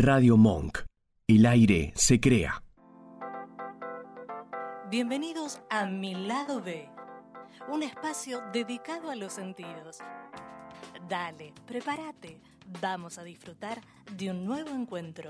Radio Monk. El aire se crea. Bienvenidos a Mi Lado B, un espacio dedicado a los sentidos. Dale, prepárate, vamos a disfrutar de un nuevo encuentro.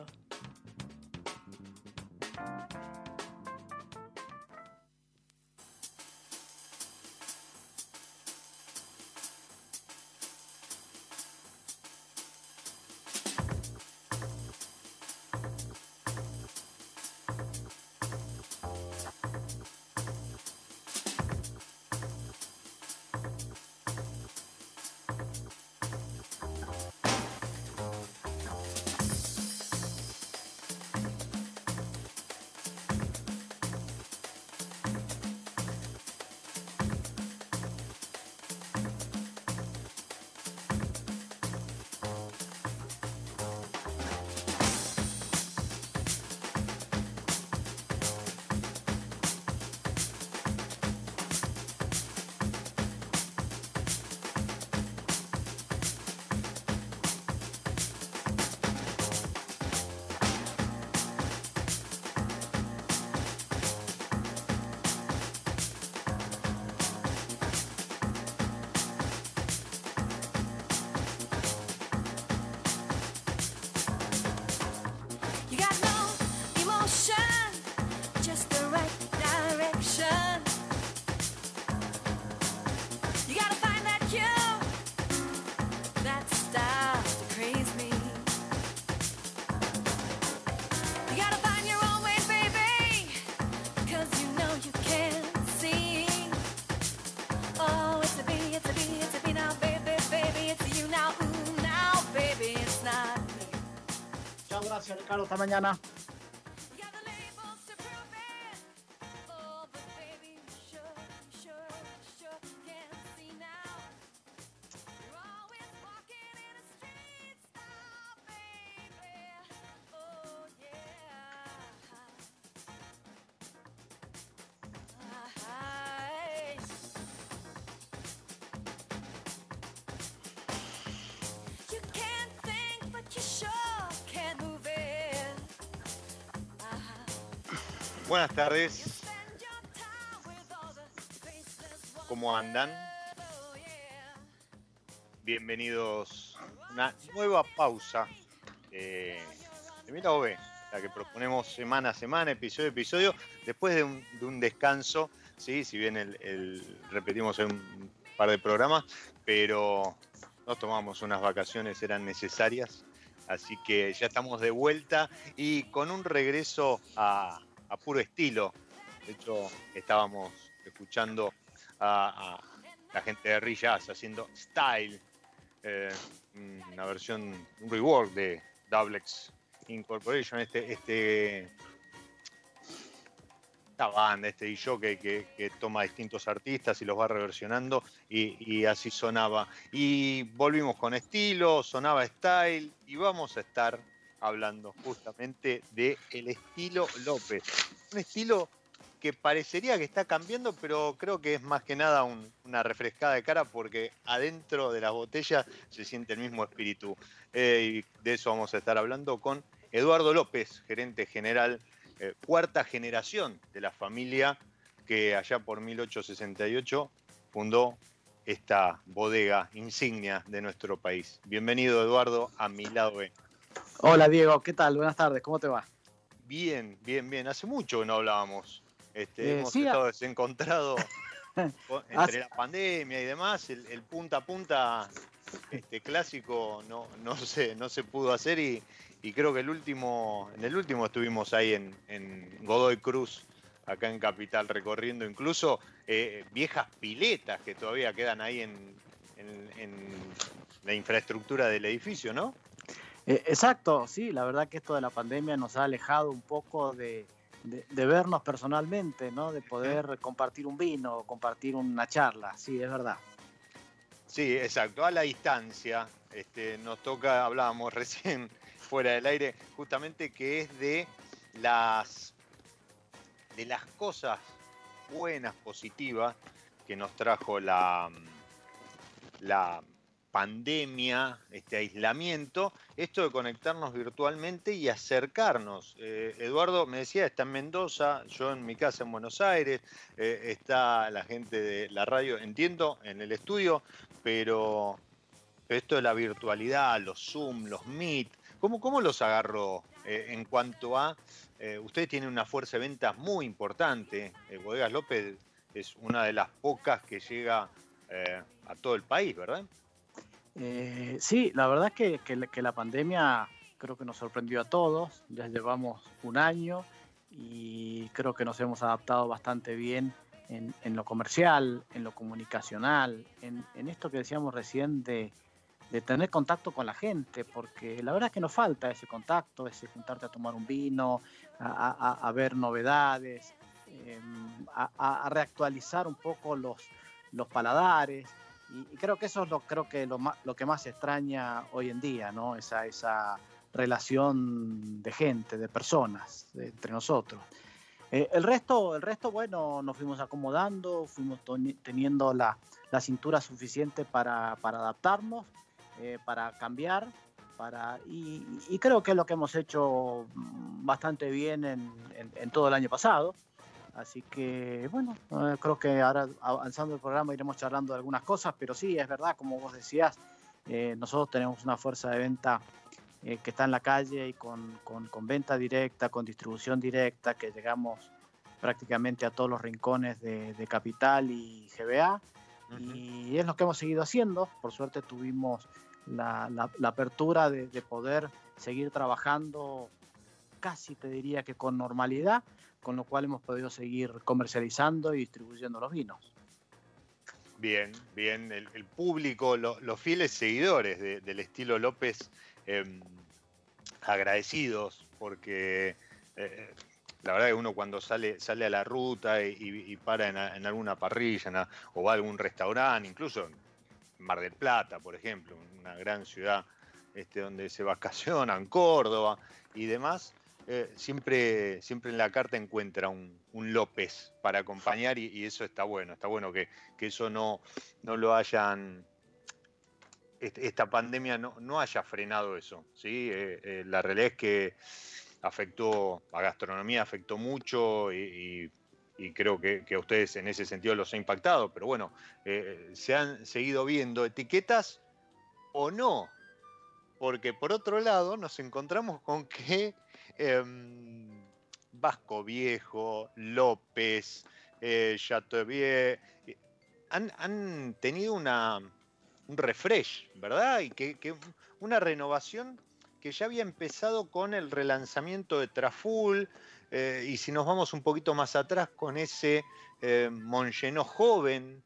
Gracias, Ricardo. Hasta mañana. Buenas tardes. ¿Cómo andan? Bienvenidos a una nueva pausa de Mi Lado B, la que proponemos semana a semana, episodio a episodio, después de un descanso, ¿sí? Si bien repetimos en un par de programas, pero nos tomamos unas vacaciones, eran necesarias, así que ya estamos de vuelta y con un regreso a puro estilo. De hecho, estábamos escuchando a la gente de Rillaz haciendo Style, una versión, un rework de Double X Incorporation, esta banda, este DJ que toma distintos artistas y los va reversionando y así sonaba. Y volvimos con estilo, sonaba Style y vamos a estar hablando justamente de el estilo López. Un estilo que parecería que está cambiando, pero creo que es más que nada una refrescada de cara porque adentro de las botellas se siente el mismo espíritu. Y de eso vamos a estar hablando con Eduardo López, gerente general, cuarta generación de la familia que allá por 1868 fundó esta bodega insignia de nuestro país. Bienvenido, Eduardo, a Mi Lado B. Hola, Diego. ¿Qué tal? Buenas tardes. ¿Cómo te va? Bien, bien, bien. Hace mucho que no hablábamos. Hemos sí, estado desencontrados entre la pandemia y demás. El punta a punta clásico no se pudo hacer y creo que en el último estuvimos ahí en Godoy Cruz, acá en Capital, recorriendo incluso viejas piletas que todavía quedan ahí en la infraestructura del edificio, ¿no? Exacto, sí, la verdad que esto de la pandemia nos ha alejado un poco de vernos personalmente, ¿no? De poder compartir un vino, compartir una charla, sí, es verdad. Sí, exacto, a la distancia. Nos toca, hablábamos recién fuera del aire, justamente que es de las cosas buenas, positivas, que nos trajo la pandemia, este aislamiento, esto de conectarnos virtualmente y acercarnos. Eduardo me decía, está en Mendoza, yo en mi casa en Buenos Aires, está la gente de la radio, entiendo, en el estudio, pero esto de la virtualidad, los Zoom, los Meet, ¿cómo los agarró en cuanto a... ustedes tienen una fuerza de ventas muy importante, Bodegas López es una de las pocas que llega a todo el país, ¿verdad? Sí, la verdad es que la pandemia creo que nos sorprendió a todos. Ya llevamos un año y creo que nos hemos adaptado bastante bien en lo comercial, en lo comunicacional, en esto que decíamos recién de tener contacto con la gente, porque la verdad es que nos falta ese contacto, ese juntarte a tomar un vino, a ver novedades, a reactualizar un poco los paladares. Y creo que eso es lo que más se extraña hoy en día, ¿no? Esa relación de gente, de personas, entre nosotros. El resto, bueno, nos fuimos acomodando, fuimos teniendo la cintura suficiente para adaptarnos, para cambiar, y creo que es lo que hemos hecho bastante bien en todo el año pasado. Así que, bueno, creo que ahora avanzando el programa iremos charlando de algunas cosas, pero sí, es verdad, como vos decías, nosotros tenemos una fuerza de venta que está en la calle y con venta directa, con distribución directa, que llegamos prácticamente a todos los rincones de Capital y GBA, y es lo que hemos seguido haciendo. Por suerte tuvimos la apertura de poder seguir trabajando casi te diría que con normalidad, con lo cual hemos podido seguir comercializando y distribuyendo los vinos. Bien, bien. El público, los fieles seguidores del estilo López, agradecidos, porque la verdad que uno cuando sale a la ruta y para en alguna parrilla o va a algún restaurante, incluso en Mar del Plata, por ejemplo, una gran ciudad donde se vacacionan, Córdoba y demás, siempre en la carta encuentra un López para acompañar y eso está bueno que eso no lo hayan, esta pandemia no haya frenado eso, ¿sí? La realidad es que afectó a gastronomía, afectó mucho y creo que a ustedes en ese sentido los ha impactado, pero bueno, se han seguido viendo etiquetas o no, porque por otro lado nos encontramos con que Vasco Viejo, López, Chateaubriand, han tenido un refresh, ¿verdad? Y que una renovación que ya había empezado con el relanzamiento de Traful, y si nos vamos un poquito más atrás con ese Montgenot joven.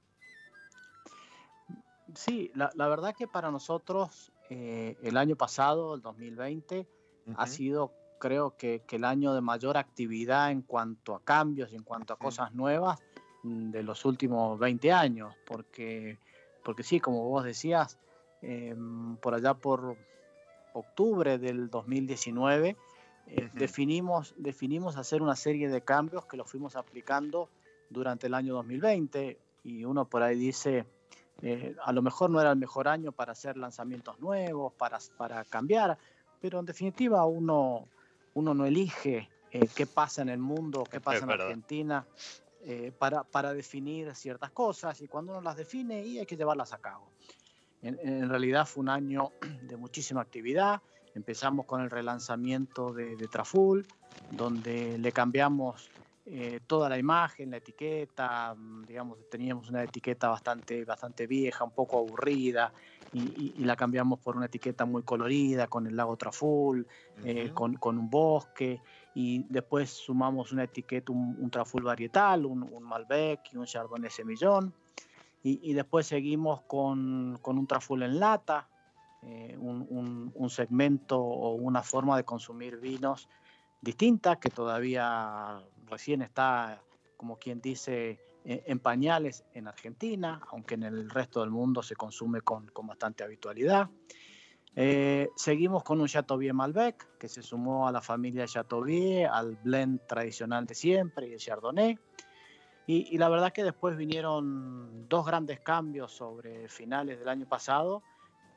Sí, la verdad que para nosotros el año pasado, el 2020, ha sido, creo que el año de mayor actividad en cuanto a cambios y en cuanto a cosas nuevas de los últimos 20 años, porque sí, como vos decías, por allá por octubre del 2019 definimos hacer una serie de cambios que los fuimos aplicando durante el año 2020, y uno por ahí dice, a lo mejor no era el mejor año para hacer lanzamientos nuevos, para cambiar, pero en definitiva uno no elige qué pasa en el mundo, qué pasa en Argentina, para definir ciertas cosas, y cuando uno las define y hay que llevarlas a cabo. En realidad fue un año de muchísima actividad. Empezamos con el relanzamiento de Traful, donde le cambiamos toda la imagen, la etiqueta. Digamos, teníamos una etiqueta bastante vieja, un poco aburrida, y la cambiamos por una etiqueta muy colorida, con el lago Traful, con un bosque, y después sumamos una etiqueta, un Traful varietal, un Malbec y un Chardonnay semillón. Y después seguimos con un Traful en lata, un segmento o una forma de consumir vinos distinta, que todavía recién está, como quien dice, en pañales en Argentina, aunque en el resto del mundo se consume con bastante habitualidad. Seguimos con un Chateaubriand Malbec, que se sumó a la familia Chateaubriand, al blend tradicional de siempre, y el Chardonnay. Y la verdad que después vinieron dos grandes cambios sobre finales del año pasado,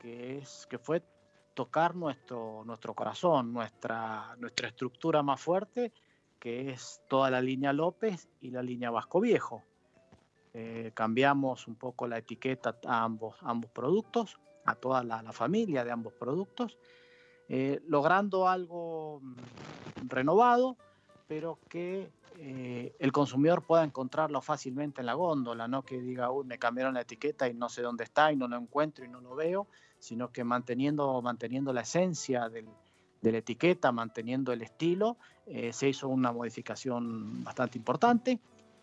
que fue tocar nuestro corazón, nuestra estructura más fuerte, que es toda la línea López y la línea Vasco Viejo. Cambiamos un poco la etiqueta a ambos productos, a toda la familia de ambos productos, logrando algo renovado, pero que el consumidor pueda encontrarlo fácilmente en la góndola, no que diga, uy, me cambiaron la etiqueta y no sé dónde está y no lo encuentro y no lo veo, sino que manteniendo la esencia de la etiqueta, manteniendo el estilo, se hizo una modificación bastante importante.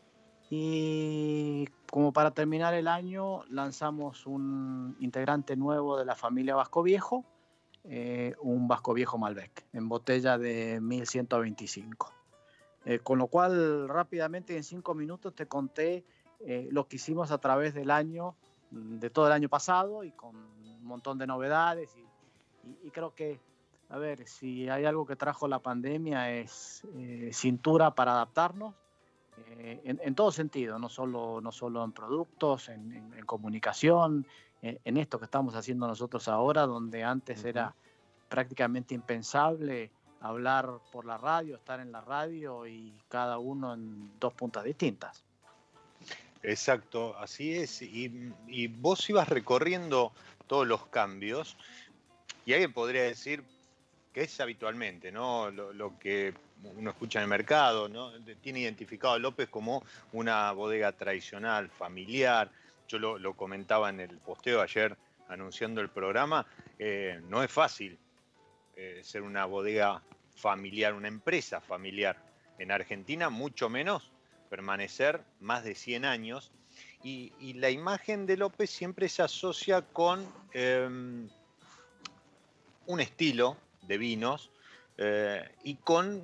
Y como para terminar el año, lanzamos un integrante nuevo de la familia Vasco Viejo, un Vasco Viejo Malbec, en botella de 1125. Con lo cual, rápidamente, en 5 minutos, te conté lo que hicimos a través del año, de todo el año pasado, y con un montón de novedades. Y creo que, a ver, si hay algo que trajo la pandemia es cintura para adaptarnos, en todo sentido, no solo en productos, en comunicación, en esto que estamos haciendo nosotros ahora, donde antes era prácticamente impensable hablar por la radio, estar en la radio y cada uno en 2 puntas distintas. Exacto, así es. Y vos ibas recorriendo todos los cambios y alguien podría decir que es habitualmente, ¿no? Lo que uno escucha en el mercado, ¿no? Tiene identificado a López como una bodega tradicional, familiar. Yo lo comentaba en el posteo ayer anunciando el programa. No es fácil ser una bodega familiar, una empresa familiar. En Argentina, mucho menos permanecer más de 100 años. Y la imagen de López siempre se asocia con un estilo de vinos y con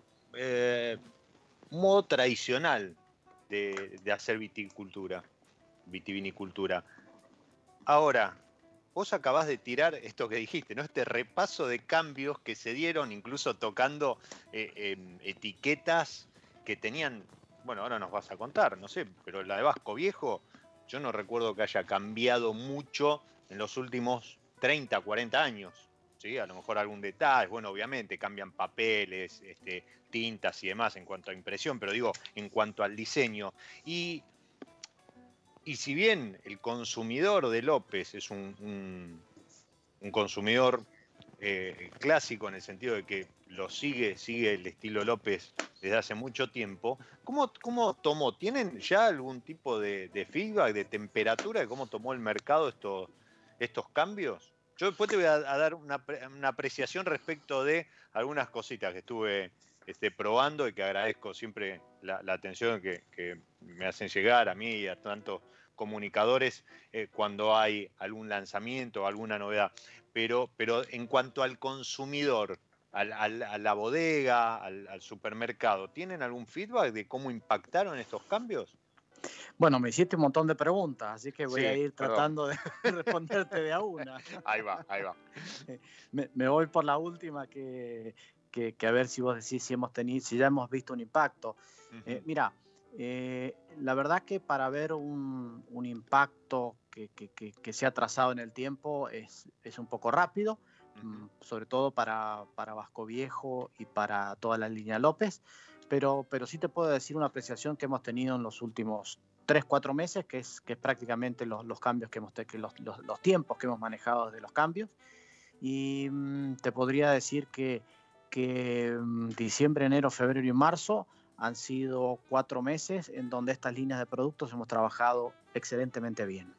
un modo tradicional de hacer vitivinicultura. Ahora, vos acabás de tirar esto que dijiste, ¿no? Este repaso de cambios que se dieron, incluso tocando etiquetas que tenían, bueno, ahora nos vas a contar, no sé, pero la de Vasco Viejo, yo no recuerdo que haya cambiado mucho en los últimos 30, 40 años. ¿Sí? A lo mejor algún detalle, bueno, obviamente cambian papeles, tintas y demás en cuanto a impresión, pero digo, en cuanto al diseño. Y si bien el consumidor de López es un consumidor clásico en el sentido de que lo sigue el estilo López desde hace mucho tiempo, ¿cómo tomó? ¿Tienen ya algún tipo de feedback, de temperatura de cómo tomó el mercado estos cambios? Yo después te voy a dar una apreciación respecto de algunas cositas que estuve probando y que agradezco siempre la atención que me hacen llegar a mí y a tantos comunicadores cuando hay algún lanzamiento o alguna novedad. Pero en cuanto al consumidor, a la bodega, al supermercado, ¿tienen algún feedback de cómo impactaron estos cambios? Bueno, me hiciste un montón de preguntas, así que voy a ir perdón. tratando de responderte de a una. Ahí va. Me voy por la última, que a ver si vos decís si ya hemos visto un impacto. Mira, la verdad que para ver un impacto que se ha trazado en el tiempo es un poco rápido, sobre todo para Vasco Viejo y para toda la línea López, pero sí te puedo decir una apreciación que hemos tenido en los últimos 3-4 meses, que es prácticamente los cambios que los tiempos que hemos manejado de los cambios. Y te podría decir que diciembre, enero, febrero y marzo han sido 4 meses en donde estas líneas de productos hemos trabajado excelentemente bien.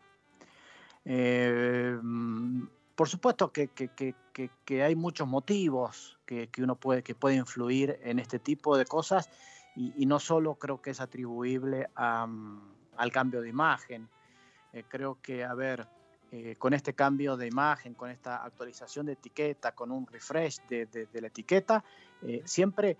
Por supuesto que hay muchos motivos que puede influir en este tipo de cosas, y no solo creo que es atribuible al cambio de imagen. Creo que, con este cambio de imagen, con esta actualización de etiqueta, con un refresh de la etiqueta, siempre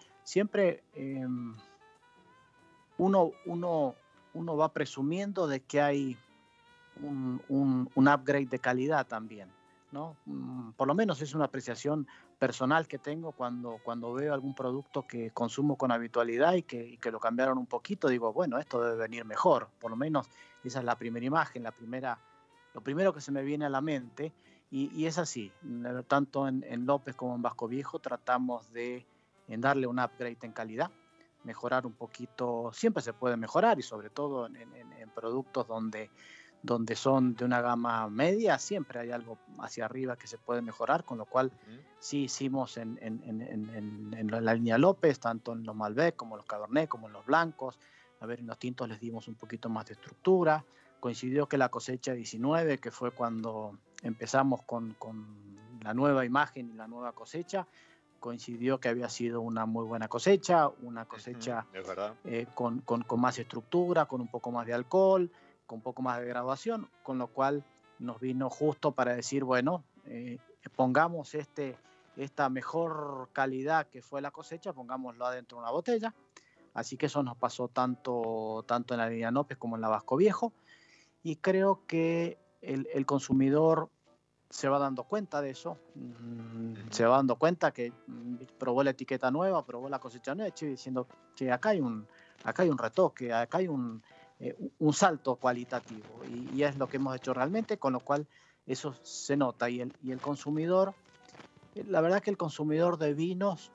uno va presumiendo de que hay un upgrade de calidad también, ¿no? Por lo menos es una apreciación personal que tengo cuando veo algún producto que consumo con habitualidad y que lo cambiaron un poquito. Digo, bueno, esto debe venir mejor. Por lo menos esa es la primera imagen, lo primero que se me viene a la mente. Y es así, tanto en López como en Vasco Viejo tratamos de darle un upgrade en calidad, mejorar un poquito, siempre se puede mejorar y sobre todo en productos donde son de una gama media, siempre hay algo hacia arriba que se puede mejorar, con lo cual sí hicimos en la línea López, tanto en los Malbec como en los Cabernet, como en los blancos. A ver, en los tintos les dimos un poquito más de estructura. Coincidió que la cosecha 19, que fue cuando empezamos con la nueva imagen y la nueva cosecha, coincidió que había sido una muy buena cosecha, una cosecha con más estructura, con un poco más de alcohol, con un poco más de graduación, con lo cual nos vino justo para decir, bueno, pongamos esta mejor calidad que fue la cosecha, pongámoslo adentro de una botella. Así que eso nos pasó tanto en la línea López como en la Vasco Viejo, y creo que el consumidor se va dando cuenta de eso, se va dando cuenta que probó la etiqueta nueva, probó la cosecha nueva, diciendo que acá hay un retoque, acá hay un salto cualitativo, y es lo que hemos hecho realmente, con lo cual eso se nota, y el consumidor, la verdad que el consumidor de vinos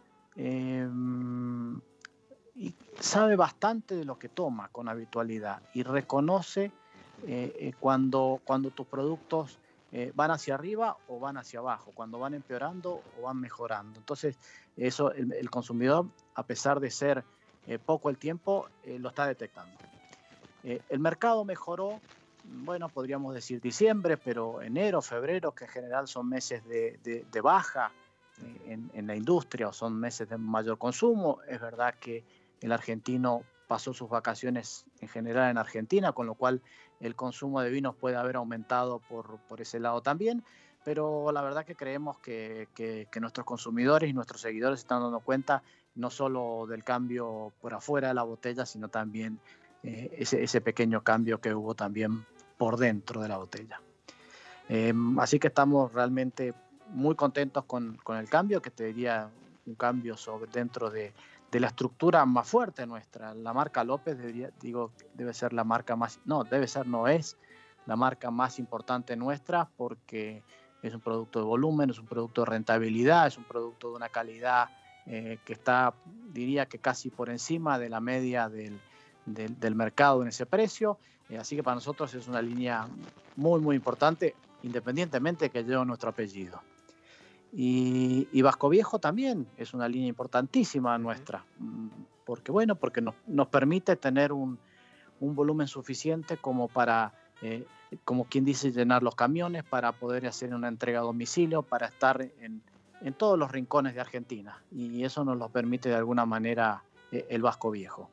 sabe bastante de lo que toma con habitualidad y reconoce cuando tus productos van hacia arriba o van hacia abajo, cuando van empeorando o van mejorando. Entonces, eso el consumidor, a pesar de ser poco el tiempo, lo está detectando. El mercado mejoró, bueno, podríamos decir diciembre, pero enero, febrero, que en general son meses de baja en la industria, o son meses de mayor consumo. Es verdad que el argentino pasó sus vacaciones en general en Argentina, con lo cual el consumo de vinos puede haber aumentado por ese lado también, pero la verdad que creemos que nuestros consumidores y nuestros seguidores se están dando cuenta no solo del cambio por afuera de la botella, sino también ese pequeño cambio que hubo también por dentro de la botella. Así que estamos realmente muy contentos con el cambio, que te diría un cambio dentro de la estructura más fuerte nuestra. La marca López debe ser la marca más, no es la marca más importante nuestra, porque es un producto de volumen, es un producto de rentabilidad, es un producto de una calidad que está, diría que casi por encima de la media del mercado en ese precio. Así que para nosotros es una línea muy, muy importante, independientemente de que lleve nuestro apellido. Y Vasco Viejo también es una línea importantísima nuestra, porque nos permite tener un volumen suficiente como para, como quien dice, llenar los camiones, para poder hacer una entrega a domicilio, para estar en todos los rincones de Argentina, y eso nos lo permite de alguna manera el Vasco Viejo.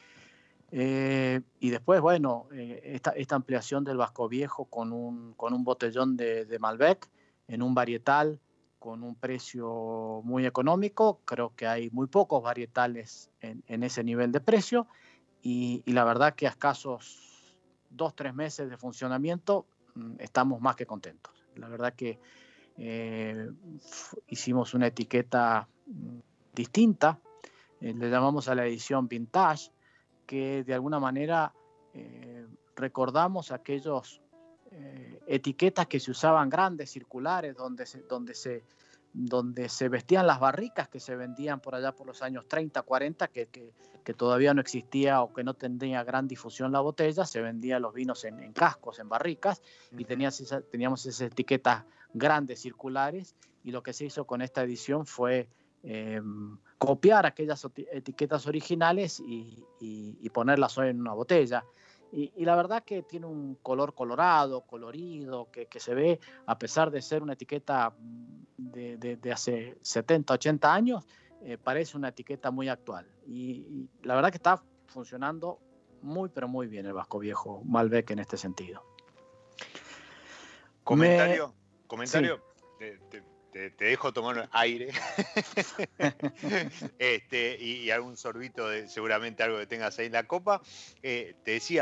Y después, esta ampliación del Vasco Viejo con un botellón de Malbec en un varietal con un precio muy económico. Creo que hay muy pocos varietales en ese nivel de precio, y la verdad que a escasos 2-3 meses de funcionamiento estamos más que contentos. La verdad que hicimos una etiqueta distinta, le llamamos a la edición Vintage, que de alguna manera recordamos aquellos etiquetas que se usaban grandes, circulares, donde se vestían las barricas que se vendían por allá por los años 30, 40, que todavía no existía o que no tenía gran difusión la botella. Se vendían los vinos en cascos, en barricas, y teníamos esas etiquetas grandes, circulares, y lo que se hizo con esta edición fue copiar aquellas etiquetas originales y ponerlas hoy en una botella. Y la verdad que tiene un color colorido, que se ve, a pesar de ser una etiqueta de hace 70, 80 años, parece una etiqueta muy actual. Y la verdad que está funcionando muy, pero muy bien el Vasco Viejo Malbec en este sentido. Comentario. Sí. Te dejo tomar aire y algún sorbito de seguramente algo que tengas ahí en la copa. Te decía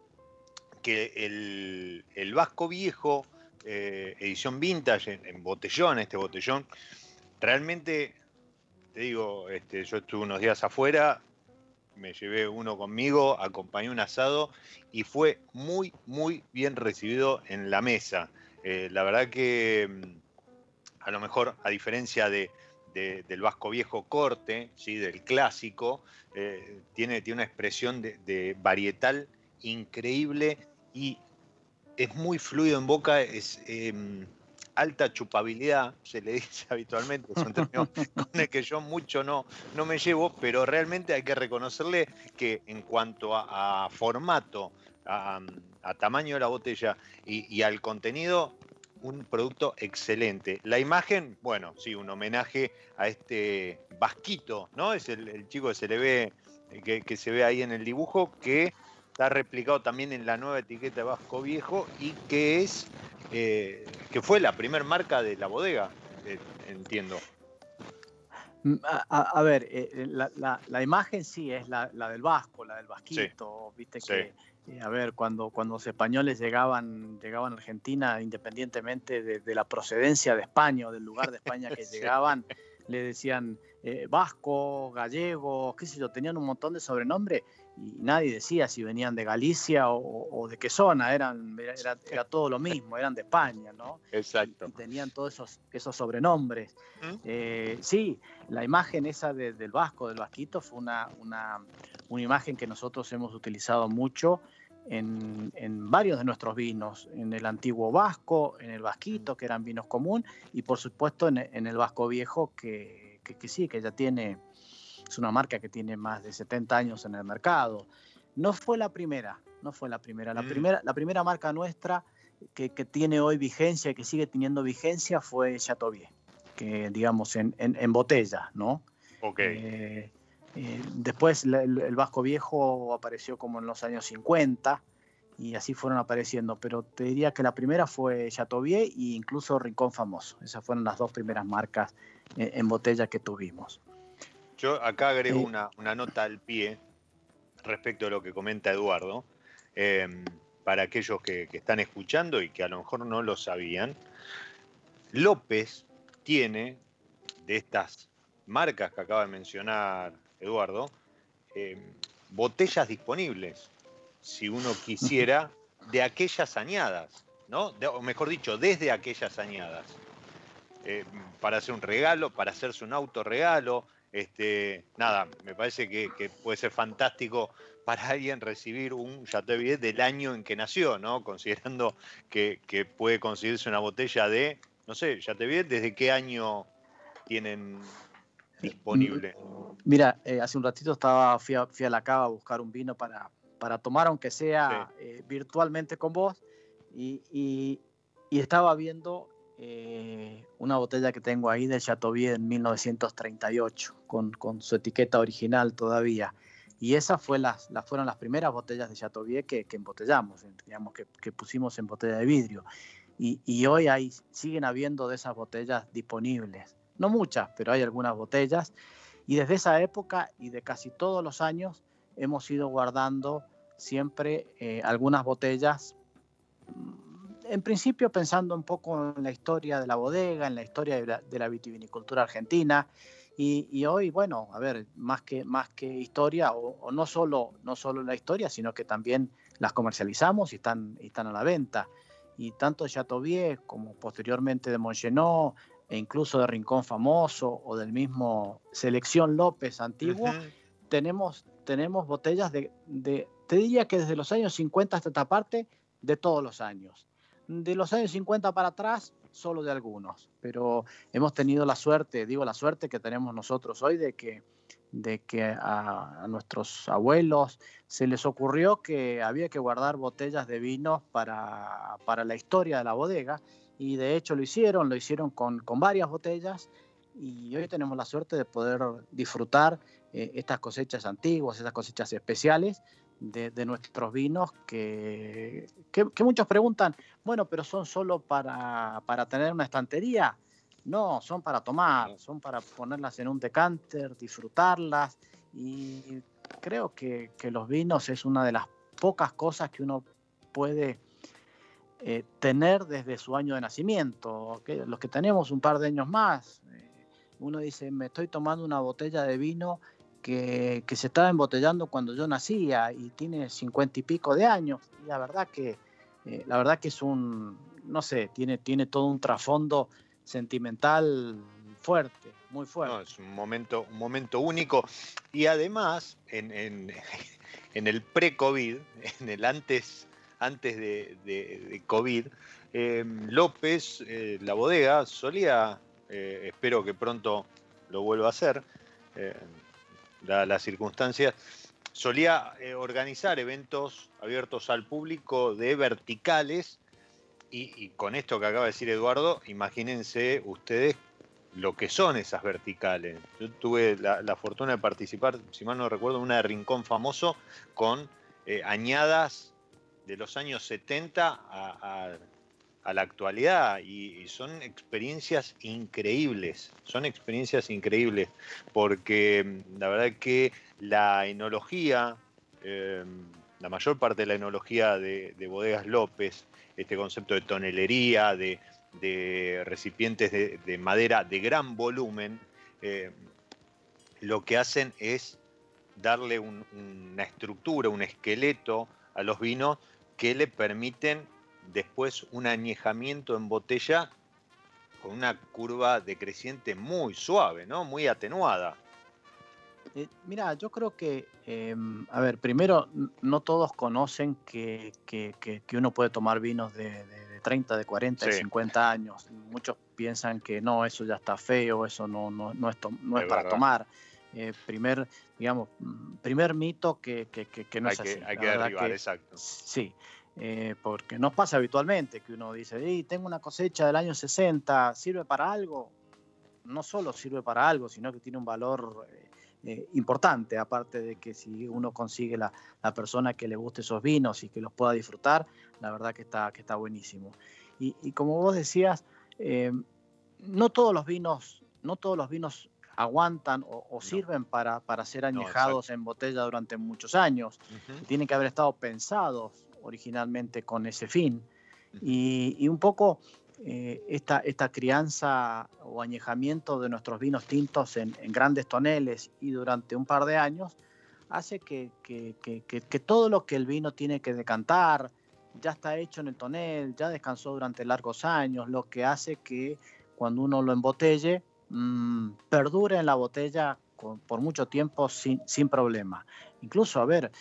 que el Vasco Viejo, edición vintage en botellón, este botellón, realmente, te digo, yo estuve unos días afuera, me llevé uno conmigo, acompañé un asado y fue muy, muy bien recibido en la mesa. La verdad que a lo mejor, a diferencia del Vasco Viejo corte, ¿sí? Del clásico, tiene una expresión de varietal increíble y es muy fluido en boca, es alta chupabilidad, se le dice habitualmente, es un término con el que yo mucho no me llevo, pero realmente hay que reconocerle que en cuanto a formato, a tamaño de la botella y al contenido, un producto excelente. La imagen, bueno, sí, un homenaje a este Vasquito, ¿no? Es el chico que se le ve, que se ve ahí en el dibujo, que está replicado también en la nueva etiqueta de Vasco Viejo y que es que fue la primer marca de la bodega, entiendo. A ver, la imagen sí es la del Vasco, la del Vasquito, sí, viste sí. Que, a ver, cuando los españoles llegaban a Argentina, independientemente de la procedencia de España o del lugar de España que sí. Llegaban, le decían vasco, gallego, qué sé yo, tenían un montón de sobrenombres y nadie decía si venían de Galicia o de qué zona, era todo lo mismo, eran de España, ¿no? Exacto. Y tenían todos esos sobrenombres. Sí, la imagen esa del Vasco, del Vasquito, fue una imagen que nosotros hemos utilizado mucho en varios de nuestros vinos, en el antiguo Vasco, en el Vasquito, que eran vinos común, y por supuesto en el Vasco Viejo, que sí, que ya tiene, es una marca que tiene más de 70 años en el mercado. No fue la primera. La primera marca nuestra que tiene hoy vigencia y que sigue teniendo vigencia fue Chateauvieux, que digamos en botella, ¿no? Okay. Después el Vasco Viejo apareció como en los años 50 y así fueron apareciendo, pero te diría que la primera fue Chateauvieux e incluso Rincón Famoso. Esas fueron las dos primeras marcas en botella que tuvimos. Yo acá agrego una nota al pie respecto a lo que comenta Eduardo, para aquellos que están escuchando y que a lo mejor no lo sabían. López tiene, de estas marcas que acaba de mencionar Eduardo, botellas disponibles, si uno quisiera, de aquellas añadas, ¿no? O mejor dicho, desde aquellas añadas. Para hacer un regalo, para hacerse un autorregalo. Nada, me parece que puede ser fantástico para alguien recibir un Chateauvieux del año en que nació, ¿no? Considerando que puede conseguirse una botella de, no sé, Chateauvieux, ¿desde qué año tienen disponible? Mira, hace un ratito fui a la cava a buscar un vino para tomar, aunque sea sí. Virtualmente con vos, y estaba viendo una botella que tengo ahí del Chateauvieux en 1938, con su etiqueta original todavía. Y esas fueron las primeras botellas de Chateauvieux que embotellamos, digamos, que pusimos en botella de vidrio. Y hoy siguen habiendo de esas botellas disponibles. No muchas, pero hay algunas botellas. Y desde esa época y de casi todos los años hemos ido guardando siempre algunas botellas, en principio pensando un poco en la historia de la bodega, en la historia de la vitivinicultura argentina. Y hoy, bueno, a ver, más que historia, o no solo la historia, sino que también las comercializamos y están a la venta. Y tanto de Chateauvieux como posteriormente de Montgenot, e incluso de Rincón Famoso o del mismo Selección López antiguo, tenemos botellas te diría que desde los años 50 hasta esta parte, de todos los años. De los años 50 para atrás, solo de algunos. Pero hemos tenido la suerte que tenemos nosotros hoy de que a nuestros abuelos se les ocurrió que había que guardar botellas de vinos para la historia de la bodega. Y de hecho lo hicieron con varias botellas y hoy tenemos la suerte de poder disfrutar estas cosechas antiguas, estas cosechas especiales de nuestros vinos que muchos preguntan, bueno, pero ¿son solo para tener una estantería? No, son para tomar, son para ponerlas en un decanter, disfrutarlas, y creo que los vinos es una de las pocas cosas que uno puede tener desde su año de nacimiento. Los que tenemos un par de años más, uno dice, me estoy tomando una botella de vino que se estaba embotellando cuando yo nacía y tiene 50 y pico de años, y la verdad que es un no sé, tiene todo un trasfondo sentimental fuerte, muy fuerte. No, es un momento único. Y además, en el pre-COVID, en el antes de COVID, López, la bodega, solía, espero que pronto lo vuelva a hacer, dadas las circunstancias, solía organizar eventos abiertos al público de verticales. Y con esto que acaba de decir Eduardo, imagínense ustedes lo que son esas verticales. Yo tuve la fortuna de participar, si mal no recuerdo, en una de Rincón Famoso con añadas de los años 70 a la actualidad, y son experiencias increíbles, porque la verdad que la enología, la mayor parte de la enología de Bodegas López, este concepto de tonelería, de recipientes de madera de gran volumen, lo que hacen es darle una estructura, un esqueleto a los vinos que le permiten después un añejamiento en botella con una curva decreciente muy suave, ¿no? Muy atenuada. Mira, yo creo que, a ver, primero, no todos conocen que uno puede tomar vinos de 30, de 40, de 50 años. Muchos piensan que no, eso ya está feo, eso no es para tomar. Primer mito que no es así. Hay que derribar, exacto. Sí, porque nos pasa habitualmente que uno dice, tengo una cosecha del año 60, ¿sirve para algo? No solo sirve para algo, sino que tiene un valor importante, aparte de que si uno consigue la persona que le guste esos vinos y que los pueda disfrutar, la verdad que está buenísimo. Y como vos decías, no todos los vinos aguantan o sirven para ser añejados en botella durante muchos años. Tienen que haber estado pensados originalmente con ese fin. Y un poco esta crianza o añejamiento de nuestros vinos tintos en grandes toneles y durante un par de años hace que todo lo que el vino tiene que decantar ya está hecho en el tonel, ya descansó durante largos años, lo que hace que cuando uno lo embotelle perdure en la botella por mucho tiempo sin problema. Incluso, a ver,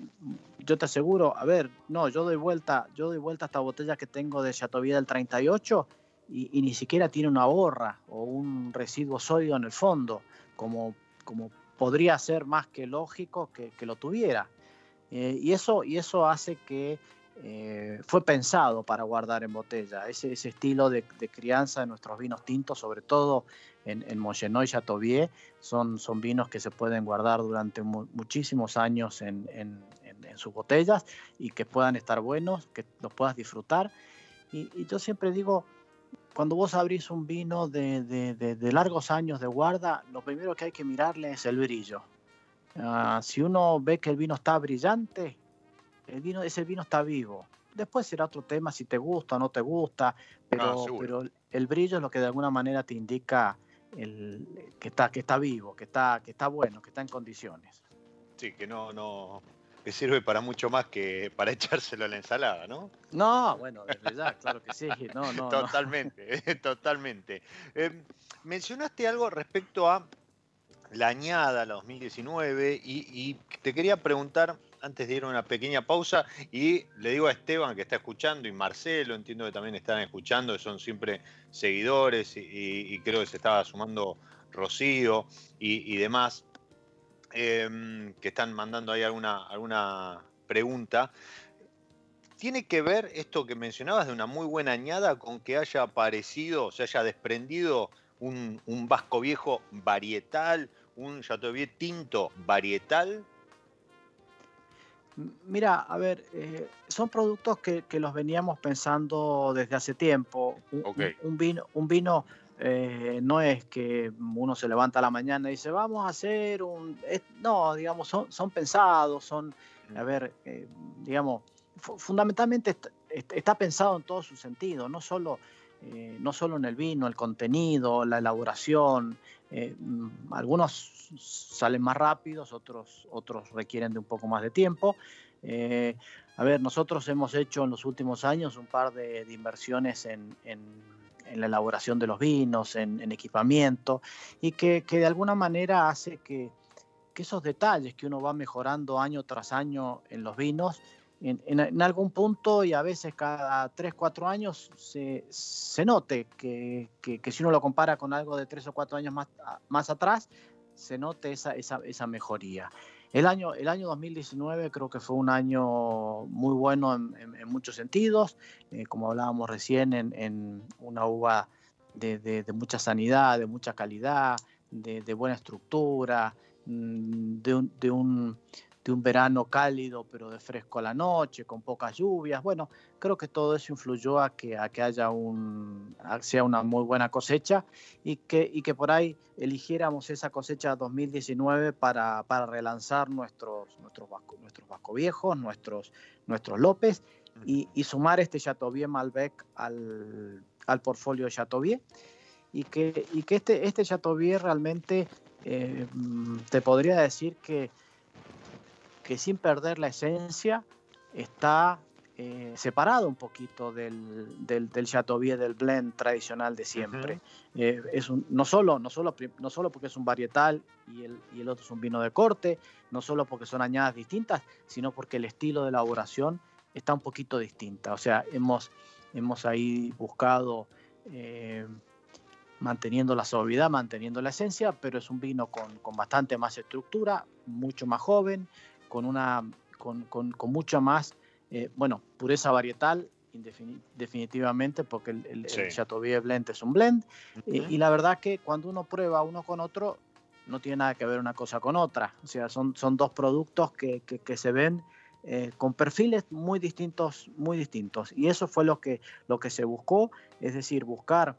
yo te aseguro, yo doy vuelta a esta botella que tengo de Chateaubriand del 38 y ni siquiera tiene una borra o un residuo sólido en el fondo, como podría ser más que lógico que lo tuviera. Y eso hace que fue pensado para guardar en botella. Ese estilo de crianza de nuestros vinos tintos, sobre todo en Montgenot y Chateaubriand, son vinos que se pueden guardar durante muchísimos años en sus botellas y que puedan estar buenos, que los puedas disfrutar. Y yo siempre digo, cuando vos abrís un vino de largos años de guarda, lo primero que hay que mirarle es el brillo. Si uno ve que el vino está brillante, ese vino está vivo. Después será otro tema si te gusta o no te gusta, pero el brillo es lo que de alguna manera te indica que está vivo, que está bueno, que está en condiciones. Sí, que sirve para mucho más que para echárselo a la ensalada, ¿no? No, bueno, desde ya, claro que sí. Totalmente, totalmente. Mencionaste algo respecto a la añada, la 2019, y te quería preguntar, antes de ir a una pequeña pausa, y le digo a Esteban que está escuchando, y Marcelo, entiendo que también están escuchando, que son siempre seguidores, y creo que se estaba sumando Rocío y demás, que están mandando ahí alguna pregunta. ¿Tiene que ver esto que mencionabas de una muy buena añada con que haya aparecido, se haya desprendido un Vasco Viejo varietal, un Chateaubriand tinto varietal? Mira, a ver, son productos que los veníamos pensando desde hace tiempo. Un vino no es que uno se levanta a la mañana y dice, vamos a hacer no, digamos, son pensados, digamos, fundamentalmente está pensado en todo su sentido, no solo no solo en el vino, el contenido, la elaboración. Algunos salen más rápidos, otros requieren de un poco más de tiempo. A ver, nosotros hemos hecho en los últimos años un par de inversiones en la elaboración de los vinos, en equipamiento, y que de alguna manera hace que esos detalles que uno va mejorando año tras año en los vinos, en algún punto y a veces cada 3, 4 años se note que si uno lo compara con algo de 3 o 4 años más atrás, se note esa mejoría. El año 2019 creo que fue un año muy bueno en muchos sentidos, como hablábamos recién, en una uva de mucha sanidad, de mucha calidad, de buena estructura, de un verano cálido pero de fresco a la noche, con pocas lluvias. Bueno, creo que todo eso influyó a que sea una muy buena cosecha y que por ahí eligiéramos esa cosecha 2019 para relanzar nuestros Vasco Viejos, nuestros López y sumar este Chateaubriand Malbec al portfolio de Chateaubriand y que este Chateaubriand realmente te podría decir que sin perder la esencia está separado un poquito del Chateaubriand, del blend tradicional de siempre. No solo porque es un varietal y el otro es un vino de corte, no solo porque son añadas distintas, sino porque el estilo de elaboración está un poquito distinta. O sea, hemos ahí buscado manteniendo la suavidad, manteniendo la esencia, pero es un vino con bastante más estructura, mucho más joven, con mucha más, pureza varietal, definitivamente, porque el Chateaubriand Blend es un blend, y la verdad que cuando uno prueba uno con otro, no tiene nada que ver una cosa con otra. O sea, son dos productos que se ven con perfiles muy distintos, y eso fue lo que se buscó, es decir, buscar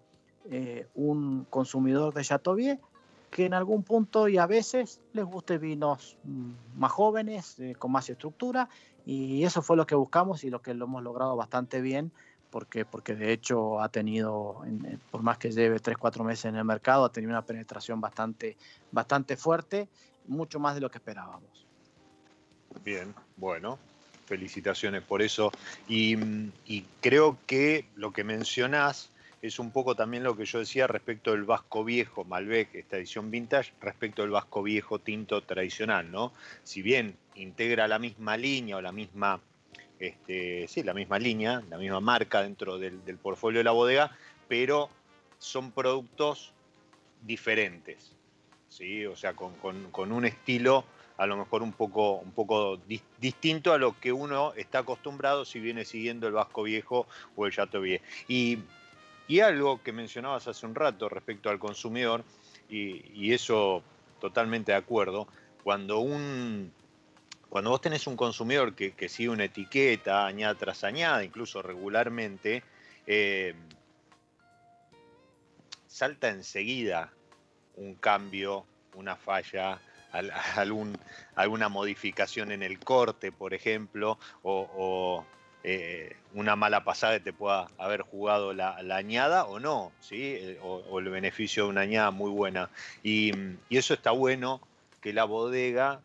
un consumidor de Chateaubriand que en algún punto y a veces les guste vinos más jóvenes, con más estructura, y eso fue lo que buscamos y lo hemos logrado bastante bien, porque de hecho ha tenido, por más que lleve 3-4 meses en el mercado, ha tenido una penetración bastante fuerte, mucho más de lo que esperábamos. Bien, bueno, felicitaciones por eso. Y creo que lo que mencionás es un poco también lo que yo decía respecto del Vasco Viejo Malbec, esta edición vintage, respecto del Vasco Viejo tinto tradicional, ¿no? Si bien integra la misma línea o la misma línea, la misma marca dentro del portfolio de la bodega, pero son productos diferentes, ¿sí? O sea, con un estilo a lo mejor un poco distinto a lo que uno está acostumbrado si viene siguiendo el Vasco Viejo o el Chateaubriand. Y algo que mencionabas hace un rato respecto al consumidor, y eso totalmente de acuerdo, cuando vos tenés un consumidor que sigue una etiqueta añada tras añada, incluso regularmente, salta enseguida un cambio, una falla, alguna modificación en el corte, por ejemplo, o una mala pasada que te pueda haber jugado la añada o no, ¿sí? O el beneficio de una añada muy buena. Y eso está bueno, que la bodega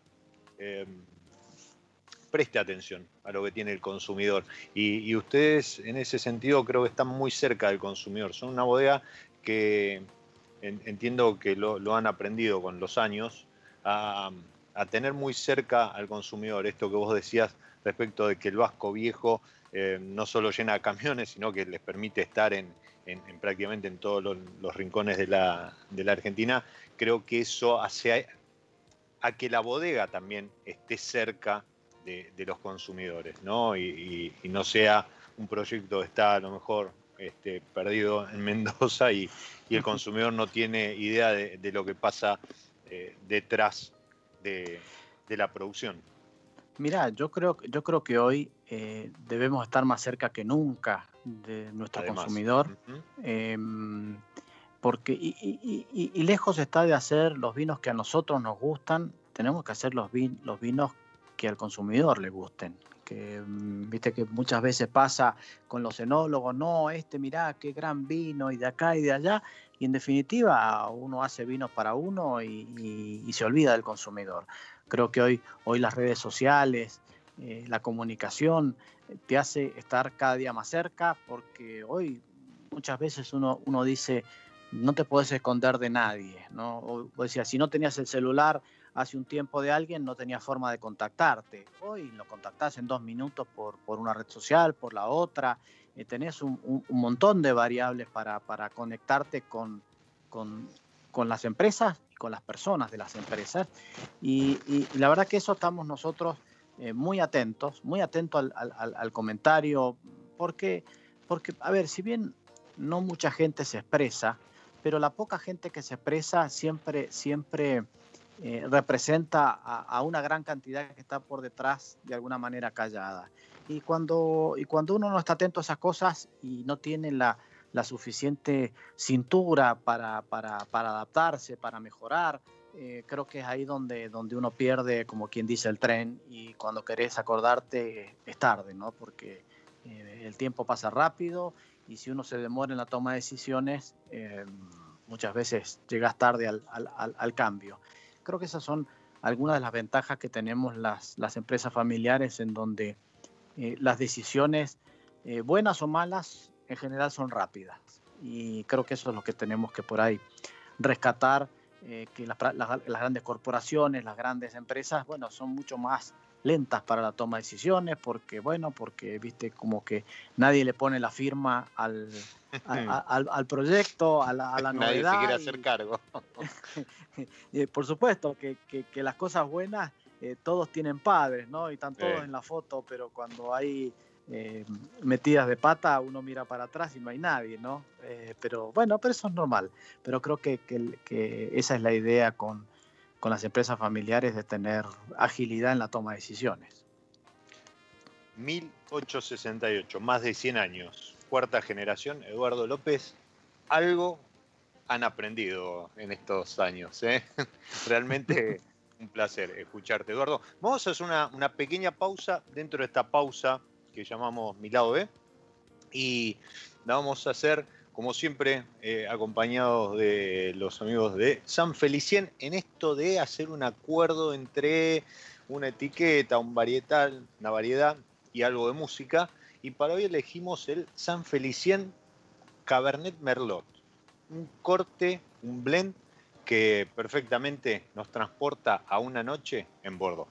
preste atención a lo que tiene el consumidor. Y ustedes en ese sentido creo que están muy cerca del consumidor. Son una bodega que entiendo que lo han aprendido con los años, a tener muy cerca al consumidor. Esto que vos decías respecto de que el Vasco Viejo no solo llena camiones, sino que les permite estar en prácticamente en todos los rincones de la Argentina. Creo que eso hace a que la bodega también esté cerca de los consumidores, ¿no? Y no sea un proyecto que está a lo mejor perdido en Mendoza y el consumidor no tiene idea de lo que pasa detrás de la producción. Mirá, yo creo que hoy debemos estar más cerca que nunca de nuestro consumidor, porque y lejos está de hacer los vinos que a nosotros nos gustan, tenemos que hacer los vinos que al consumidor le gusten, porque viste que muchas veces pasa con los enólogos, no, mirá, qué gran vino, y de acá y de allá, y en definitiva uno hace vinos para uno y se olvida del consumidor. Creo que hoy las redes sociales, la comunicación te hace estar cada día más cerca, porque hoy muchas veces uno dice, no te puedes esconder de nadie, ¿no? O decía, si no tenías el celular hace un tiempo de alguien, no tenías forma de contactarte. Hoy lo contactás en 2 minutos por una red social, por la otra. Tenés un montón de variables para conectarte con las empresas y con las personas de las empresas. Y la verdad que eso estamos nosotros muy atentos al comentario, porque, a ver, si bien no mucha gente se expresa, pero la poca gente que se expresa siempre representa a una gran cantidad que está por detrás de alguna manera callada. Y cuando uno no está atento a esas cosas y no tiene la suficiente cintura para adaptarse, para mejorar, creo que es ahí donde uno pierde, como quien dice, el tren, y cuando querés acordarte es tarde, ¿no? Porque el tiempo pasa rápido, y si uno se demora en la toma de decisiones, muchas veces llegas tarde al cambio. Creo que esas son algunas de las ventajas que tenemos las empresas familiares, en donde las decisiones, buenas o malas, en general son rápidas. Y creo que eso es lo que tenemos que por ahí rescatar, que las grandes corporaciones, las grandes empresas, bueno, son mucho más lentas para la toma de decisiones, porque viste, como que nadie le pone la firma al proyecto, a la novedad. Nadie se quiere hacer cargo. Por supuesto que las cosas buenas, todos tienen padres, ¿no? Y están todos en la foto, pero cuando hay metidas de pata, uno mira para atrás y no hay nadie, ¿no? Pero eso es normal. Pero creo que esa es la idea con las empresas familiares, de tener agilidad en la toma de decisiones. 1868, más de 100 años, cuarta generación, Eduardo López. Algo han aprendido en estos años, ¿eh? Realmente un placer escucharte, Eduardo. Vamos a hacer una pequeña pausa dentro de esta pausa que llamamos Mi Lado B, y la vamos a hacer, como siempre, acompañados de los amigos de San Felicien, en esto de hacer un acuerdo entre una etiqueta, un varietal, una variedad y algo de música. Y para hoy elegimos el San Felicien Cabernet Merlot, un corte, un blend que perfectamente nos transporta a una noche en Bordeaux.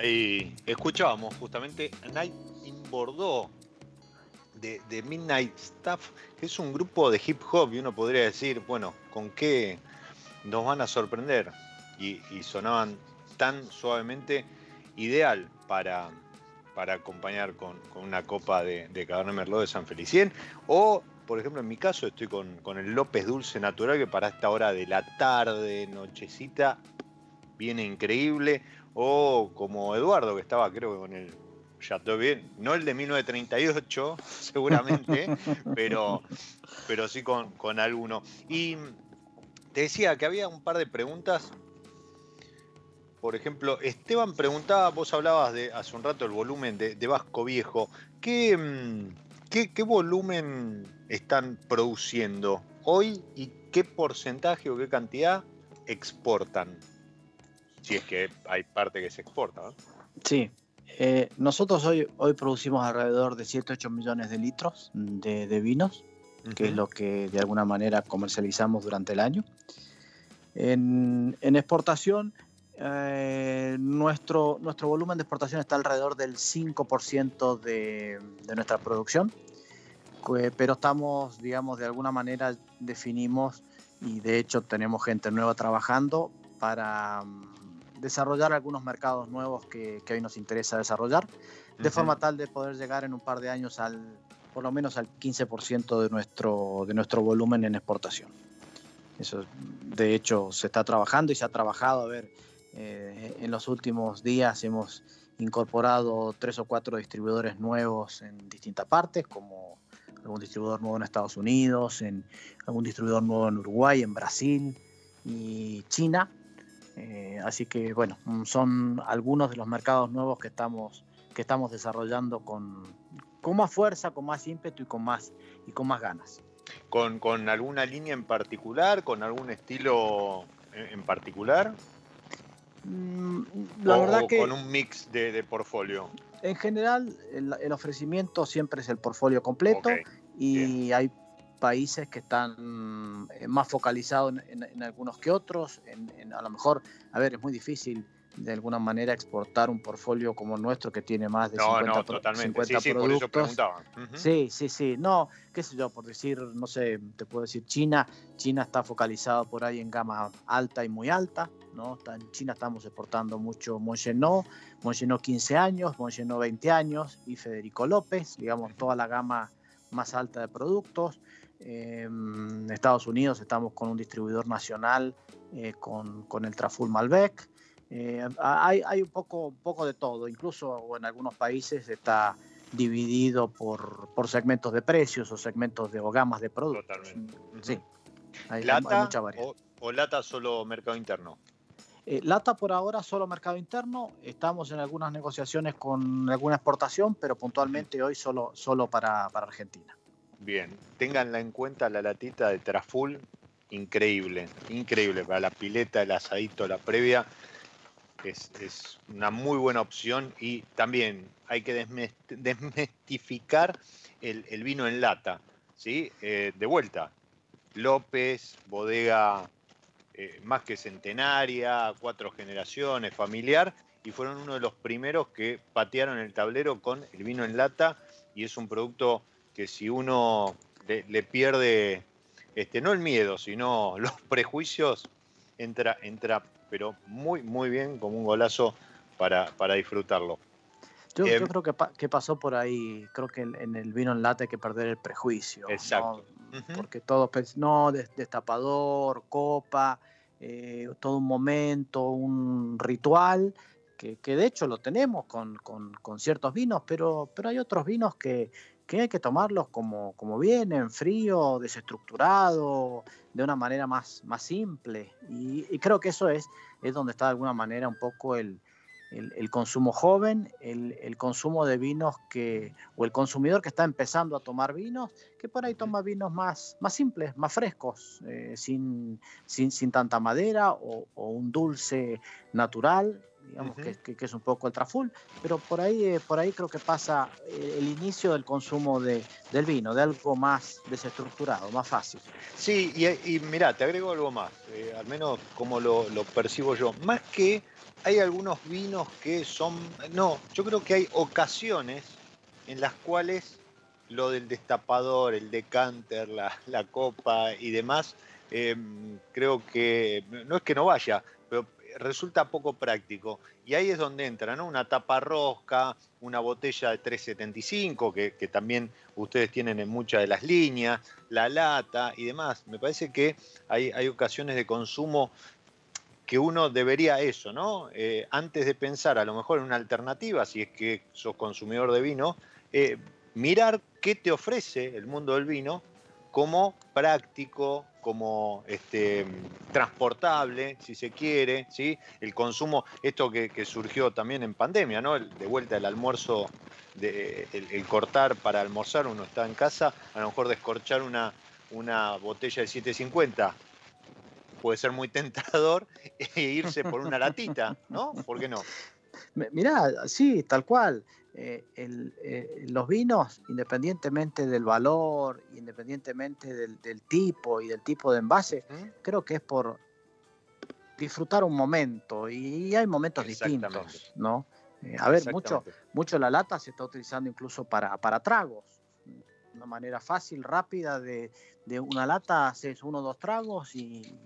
Ahí escuchábamos justamente Night in Bordeaux de Midnight Stuff, que es un grupo de hip hop y uno podría decir, bueno, ¿con qué nos van a sorprender? Y sonaban tan suavemente, ideal para acompañar con una copa de Cabernet Merlot de San Felicien. O, por ejemplo, en mi caso estoy con el López Dulce Natural, que para esta hora de la tarde, nochecita, viene increíble. O como Eduardo, que estaba creo que con el Chateaubriand, no el de 1938 seguramente, pero sí con alguno. Y te decía que había un par de preguntas. Por ejemplo, Esteban preguntaba, vos hablabas hace un rato el volumen de Vasco Viejo. ¿Qué volumen están produciendo hoy y qué porcentaje o qué cantidad exportan? Si es que hay parte que se exporta, ¿no? Sí, nosotros hoy producimos alrededor de 7-8 millones de litros de vinos, que es lo que de alguna manera comercializamos durante el año. En exportación, nuestro volumen de exportación está alrededor del 5% de nuestra producción, pero estamos, digamos, de alguna manera definimos, y de hecho tenemos gente nueva trabajando para desarrollar algunos mercados nuevos que hoy nos interesa desarrollar, de forma tal de poder llegar en un par de años por lo menos al 15% de nuestro volumen en exportación. Eso, de hecho, se está trabajando y se ha trabajado. En los últimos días hemos incorporado 3 o 4 distribuidores nuevos en distintas partes, como algún distribuidor nuevo en Estados Unidos, algún distribuidor nuevo en Uruguay, en Brasil y China. Así que, bueno, son algunos de los mercados nuevos que estamos desarrollando con más fuerza, con más ímpetu y con más ganas. ¿Con alguna línea en particular? ¿Con algún estilo en particular? La verdad que con un mix de portfolio. En general, el ofrecimiento siempre es el portfolio completo, y hay países que están más focalizados en algunos que otros. A lo mejor, es muy difícil de alguna manera exportar un portfolio como el nuestro, que tiene más de 50 totalmente. 50 sí, productos. Por eso preguntaba. Sí. No, qué sé yo, por decir, no sé, te puedo decir China. China está focalizado por ahí en gama alta y muy alta, ¿no? En China estamos exportando mucho Montgenot 15 años, Montgenot 20 años y Federico López, digamos, toda la gama más alta de productos. En Estados Unidos estamos con un distribuidor nacional, con el Traful Malbec. Hay un poco de todo, incluso en algunos países está dividido por segmentos de precios o gamas de productos. Totalmente. Sí, hay ¿Lata mucha variedad. o lata solo mercado interno? Lata por ahora solo mercado interno. Estamos en algunas negociaciones con alguna exportación, pero puntualmente hoy solo para Argentina. Bien, ténganla en cuenta la latita de Traful, increíble para la pileta, el asadito, la previa. Es una muy buena opción, y también hay que desmistificar el vino en lata, ¿sí? De vuelta, López, bodega más que centenaria, 4 generaciones, familiar, y fueron uno de los primeros que patearon el tablero con el vino en lata, y es un producto que si uno le pierde, no el miedo, sino los prejuicios, entra pero muy, muy bien, como un golazo para disfrutarlo. Yo creo que pasó por ahí. Creo que en el vino en lata hay que perder el prejuicio, Exacto. ¿no? Porque todos no, destapador, copa, todo un momento, un ritual, que de hecho lo tenemos con ciertos vinos, pero hay otros vinos que hay que tomarlos como vienen, frío, desestructurado, de una manera más simple. Y creo que eso es donde está de alguna manera un poco el consumo joven, el consumo de vinos o el consumidor que está empezando a tomar vinos, que por ahí toma vinos más simples, más frescos, sin tanta madera, o un dulce natural. digamos que es un poco el Traful, pero por ahí creo que pasa el inicio del consumo del vino, de algo más desestructurado, más fácil. Sí, y mirá, te agrego algo más, al menos como lo percibo yo. Más que hay algunos vinos que son... No, yo creo que hay ocasiones en las cuales lo del destapador, el decanter, la copa y demás, creo que no es que no vaya, pero resulta poco práctico. Y ahí es donde entra, ¿no? Una tapa rosca, una botella de 375, que también ustedes tienen en muchas de las líneas, la lata y demás. Me parece que hay ocasiones de consumo que uno debería eso, ¿no? Antes de pensar a lo mejor en una alternativa, si es que sos consumidor de vino, mirar qué te ofrece el mundo del vino como práctico, como transportable, si se quiere, ¿sí? El consumo, esto que surgió también en pandemia, ¿no? De vuelta el almuerzo, el cortar para almorzar, uno está en casa, a lo mejor descorchar una botella de 750 puede ser muy tentador e irse por una latita, ¿no? ¿Por qué no? Mirá, sí, tal cual. Los vinos, independientemente del valor, independientemente del tipo y del tipo de envase, creo que es por disfrutar un momento y hay momentos distintos, ¿no? A ver, mucho la lata se está utilizando incluso para tragos. Una manera fácil, rápida de una lata, haces 1 o 2 tragos y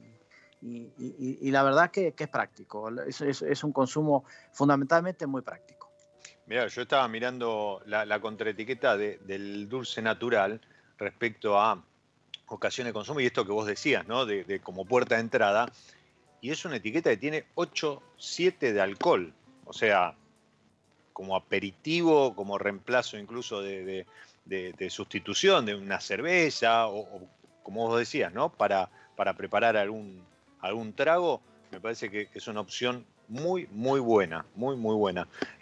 la verdad que es práctico. Es un consumo fundamentalmente muy práctico. Mirá, yo estaba mirando la contraetiqueta del dulce natural respecto a ocasiones de consumo y esto que vos decías, ¿no? De como puerta de entrada. Y es una etiqueta que tiene 8,7 de alcohol. O sea, como aperitivo, como reemplazo incluso de sustitución de una cerveza o como vos decías, ¿no? Para preparar algún trago, me parece que es una opción muy, muy buena, muy, muy buena.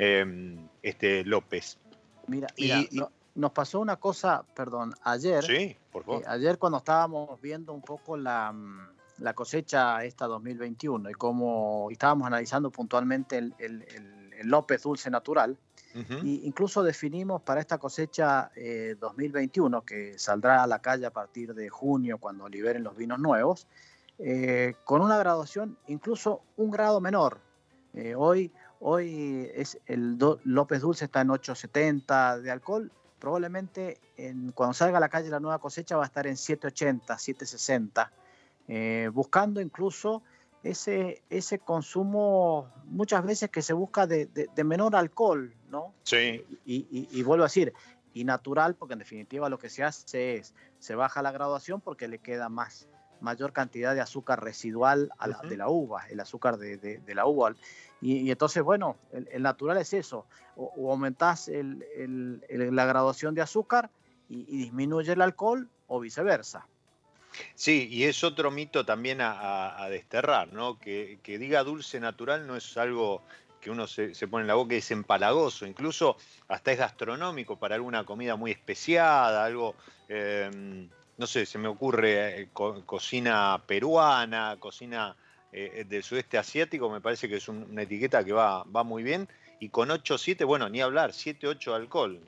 López. Mira, nos pasó una cosa, perdón, ayer. Sí, por favor. Ayer cuando estábamos viendo un poco la cosecha esta 2021 y cómo estábamos analizando puntualmente el López Dulce Natural, y incluso definimos para esta cosecha 2021, que saldrá a la calle a partir de junio cuando liberen los vinos nuevos, con una graduación incluso un grado menor. Hoy es López Dulce está en 8,70 de alcohol. Probablemente cuando salga a la calle la nueva cosecha va a estar en 7,80, 7,60, buscando incluso ese consumo muchas veces que se busca de menor alcohol, ¿no? Sí. Y vuelvo a decir, y natural, porque en definitiva lo que se hace es, se baja la graduación porque le queda mayor cantidad de azúcar residual de la uva, el azúcar de la uva. Y entonces, bueno, el natural es eso, o aumentás la graduación de azúcar y disminuye el alcohol o viceversa. Sí, y es otro mito también a desterrar, ¿no? Que diga dulce natural no es algo que uno se pone en la boca y es empalagoso, incluso hasta es gastronómico para alguna comida muy especiada, algo, no sé, se me ocurre cocina peruana, cocina del sudeste asiático, me parece que es una etiqueta que va muy bien, y con 8,7, bueno, ni hablar, 7,8 de alcohol,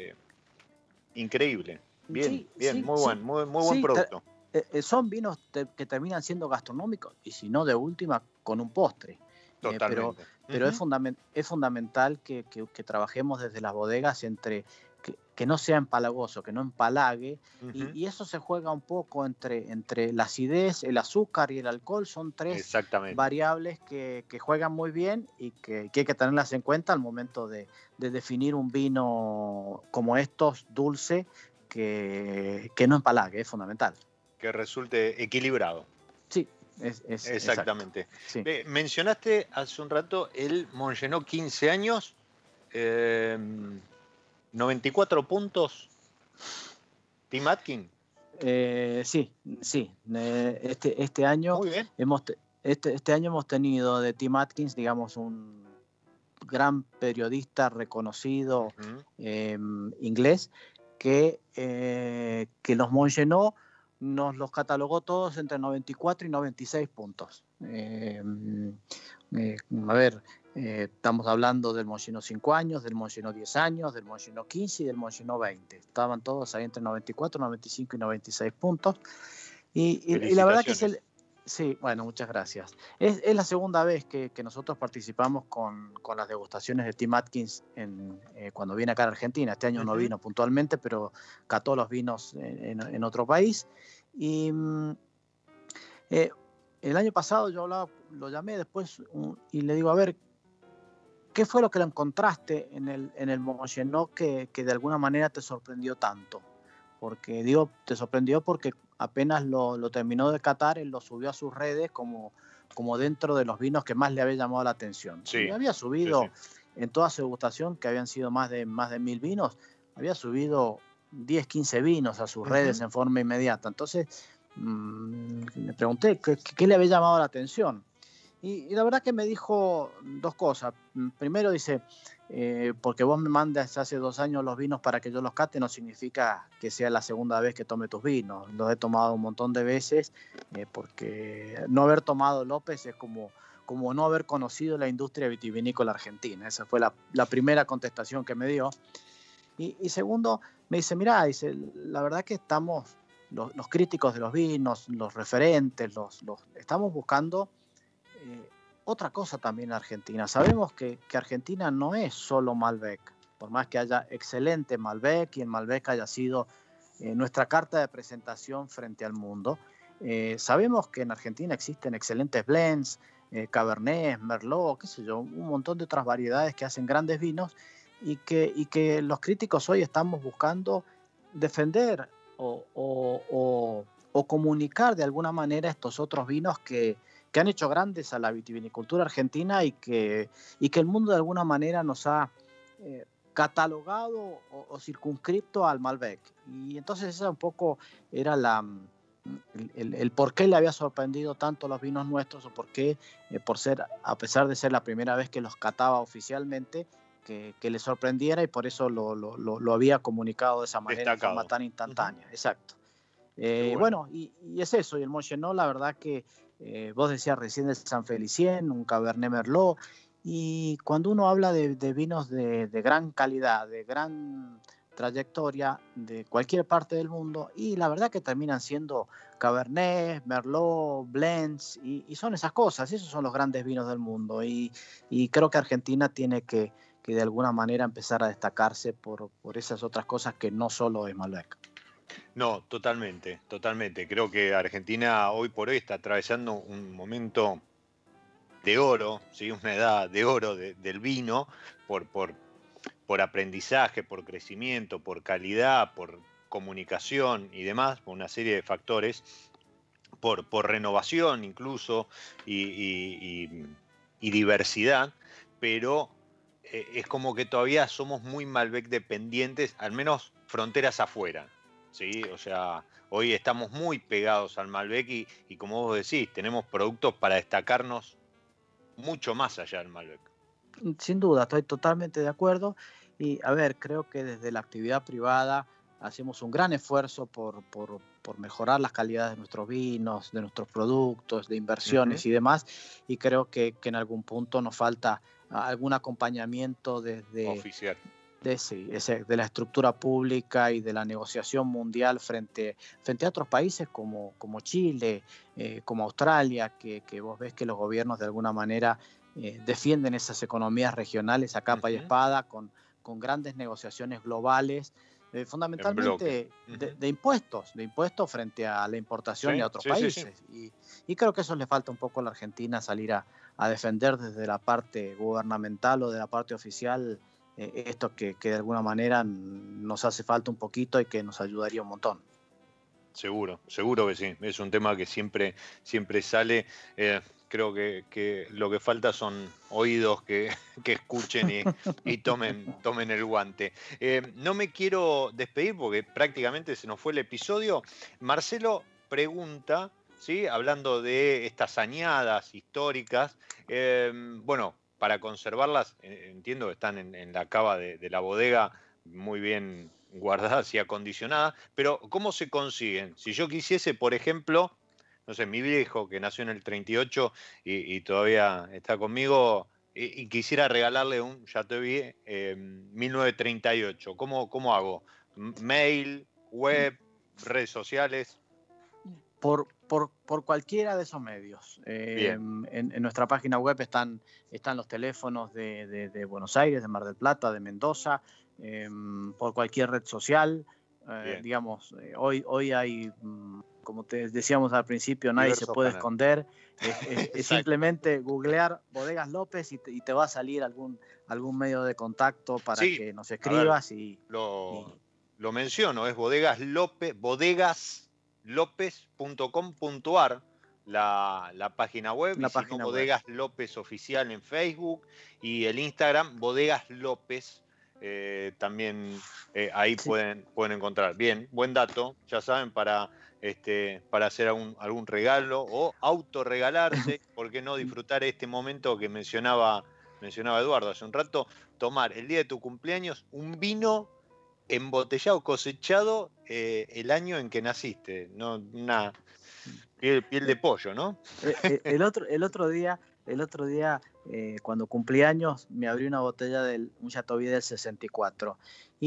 increíble, bien, Sí, bien, sí, muy sí, buen, muy buen producto. Son vinos que terminan siendo gastronómicos y si no de última con un postre. Totalmente. Pero es fundamental que trabajemos desde las bodegas que no sea empalagoso, que no empalague, y eso se juega un poco entre la acidez, el azúcar y el alcohol. Son 3 variables que juegan muy bien y que hay que tenerlas en cuenta al momento de definir un vino como estos, dulce, que no empalague, es fundamental. Que resulte equilibrado. Sí, exactamente. Sí. Mencionaste hace un rato el Montgenot 15 años, 94 puntos. Tim Atkin. Sí. Este año Muy bien. este año hemos tenido de Tim Atkins, digamos, un gran periodista reconocido inglés que los Montgenot nos los catalogó todos entre 94 y 96 puntos. A ver, estamos hablando del Monchino 5 años, del Monchino 10 años, del Monchino 15 y del Monchino 20. Estaban todos ahí entre 94, 95 y 96 puntos. Y la verdad que es el... Sí, bueno, muchas gracias. Es la segunda vez que nosotros participamos con las degustaciones de Tim Atkins cuando viene acá a Argentina. Este año no vino puntualmente, pero cató los vinos en otro país. Y el año pasado lo llamé después y le digo, a ver, ¿qué fue lo que le encontraste en el Montgenot que de alguna manera te sorprendió tanto? Porque digo, te sorprendió porque apenas lo terminó de catar, él lo subió a sus redes como dentro de los vinos que más le había llamado la atención. Sí, y había subido en toda su degustación, que habían sido más de 1000 vinos, había subido 10, 15 vinos a sus redes en forma inmediata. Entonces le pregunté qué le había llamado la atención. Y la verdad que me dijo dos cosas. Primero dice, porque vos me mandas hace 2 años los vinos para que yo los cate, no significa que sea la segunda vez que tome tus vinos. Los he tomado un montón de veces, porque no haber tomado López es como no haber conocido la industria vitivinícola argentina. Esa fue la primera contestación que me dio. Y segundo, me dice, mirá, dice, la verdad que estamos, los críticos de los vinos, los referentes, estamos buscando otra cosa también en Argentina. Sabemos que Argentina no es solo Malbec, por más que haya excelente Malbec y el Malbec haya sido nuestra carta de presentación frente al mundo. Sabemos que en Argentina existen excelentes blends, Cabernet, Merlot, qué sé yo, un montón de otras variedades que hacen grandes vinos y que los críticos hoy estamos buscando defender o comunicar de alguna manera estos otros vinos que han hecho grandes a la vitivinicultura argentina y que el mundo de alguna manera nos ha catalogado o circunscripto al Malbec. Y entonces esa un poco era el por qué le había sorprendido tanto los vinos nuestros, o por qué, a pesar de ser la primera vez que los cataba oficialmente, que le sorprendiera, y por eso lo había comunicado de esa manera, de forma tan instantánea. Exacto. Bueno, y es eso, y el Montgenot, la verdad que vos decías recién de San Felicien, un Cabernet Merlot, y cuando uno habla de vinos de gran calidad, de gran trayectoria, de cualquier parte del mundo, y la verdad que terminan siendo Cabernet, Merlot, blends, y son esas cosas, esos son los grandes vinos del mundo, y creo que Argentina tiene que de alguna manera empezar a destacarse por esas otras cosas que no solo es Malbec. No, totalmente, totalmente. Creo que Argentina hoy por hoy está atravesando un momento de oro, ¿sí? Una edad de oro del vino, por aprendizaje, por crecimiento, por calidad, por comunicación y demás, por una serie de factores, por renovación incluso y diversidad, pero es como que todavía somos muy Malbec dependientes, al menos fronteras afuera. ¿Sí? O sea, hoy estamos muy pegados al Malbec y como vos decís, tenemos productos para destacarnos mucho más allá del Malbec. Sin duda, estoy totalmente de acuerdo. Y a ver, creo que desde la actividad privada hacemos un gran esfuerzo por mejorar las calidades de nuestros vinos, de nuestros productos, de inversiones y demás. Y creo que en algún punto nos falta algún acompañamiento desde... Oficial. De la estructura pública y de la negociación mundial frente a otros países como Chile, como Australia, que vos ves que los gobiernos de alguna manera defienden esas economías regionales a capa y espada con grandes negociaciones globales, fundamentalmente de impuestos frente a la importación y a otros países. Sí. Y creo que eso le falta un poco a la Argentina, salir a defender desde la parte gubernamental o de la parte oficial esto que de alguna manera nos hace falta un poquito y que nos ayudaría un montón. Seguro que sí. Es un tema que siempre sale. Creo que lo que falta son oídos que escuchen y tomen el guante. No me quiero despedir porque prácticamente se nos fue el episodio. Marcelo pregunta, ¿sí? Hablando de estas añadas históricas, bueno, para conservarlas, entiendo que están en la cava de la bodega muy bien guardadas y acondicionadas, pero ¿cómo se consiguen? Si yo quisiese, por ejemplo, no sé, mi viejo que nació en el 38 y todavía está conmigo y quisiera regalarle un Chateaubriand 1938. ¿Cómo hago? ¿Mail, web, redes sociales? Por cualquiera de esos medios. Bien, En nuestra página web están los teléfonos de Buenos Aires, de Mar del Plata, de Mendoza, por cualquier red social. bien. Digamos, hoy hay, como te decíamos al principio, nadie se Diversos puede canales. esconder. Es Exacto. simplemente googlear Bodegas López y te va a salir algún medio de contacto para Sí, que nos a ver, escribas. lo menciono, es Bodegas López, bodegaslopez.com.ar, la página web, y La si no, página web. Bodegas López Oficial en Facebook y el Instagram, Bodegas López, también ahí Sí. pueden encontrar. Bien, buen dato, ya saben, para hacer algún regalo o autorregalarse, ¿por qué no disfrutar este momento que mencionaba Eduardo hace un rato? Tomar el día de tu cumpleaños un vino embotellado, cosechado el año en que naciste, ¿no? Una piel de pollo, ¿no? El otro día, cuando cumplí años, me abrí una botella un Chateaubriand del 64.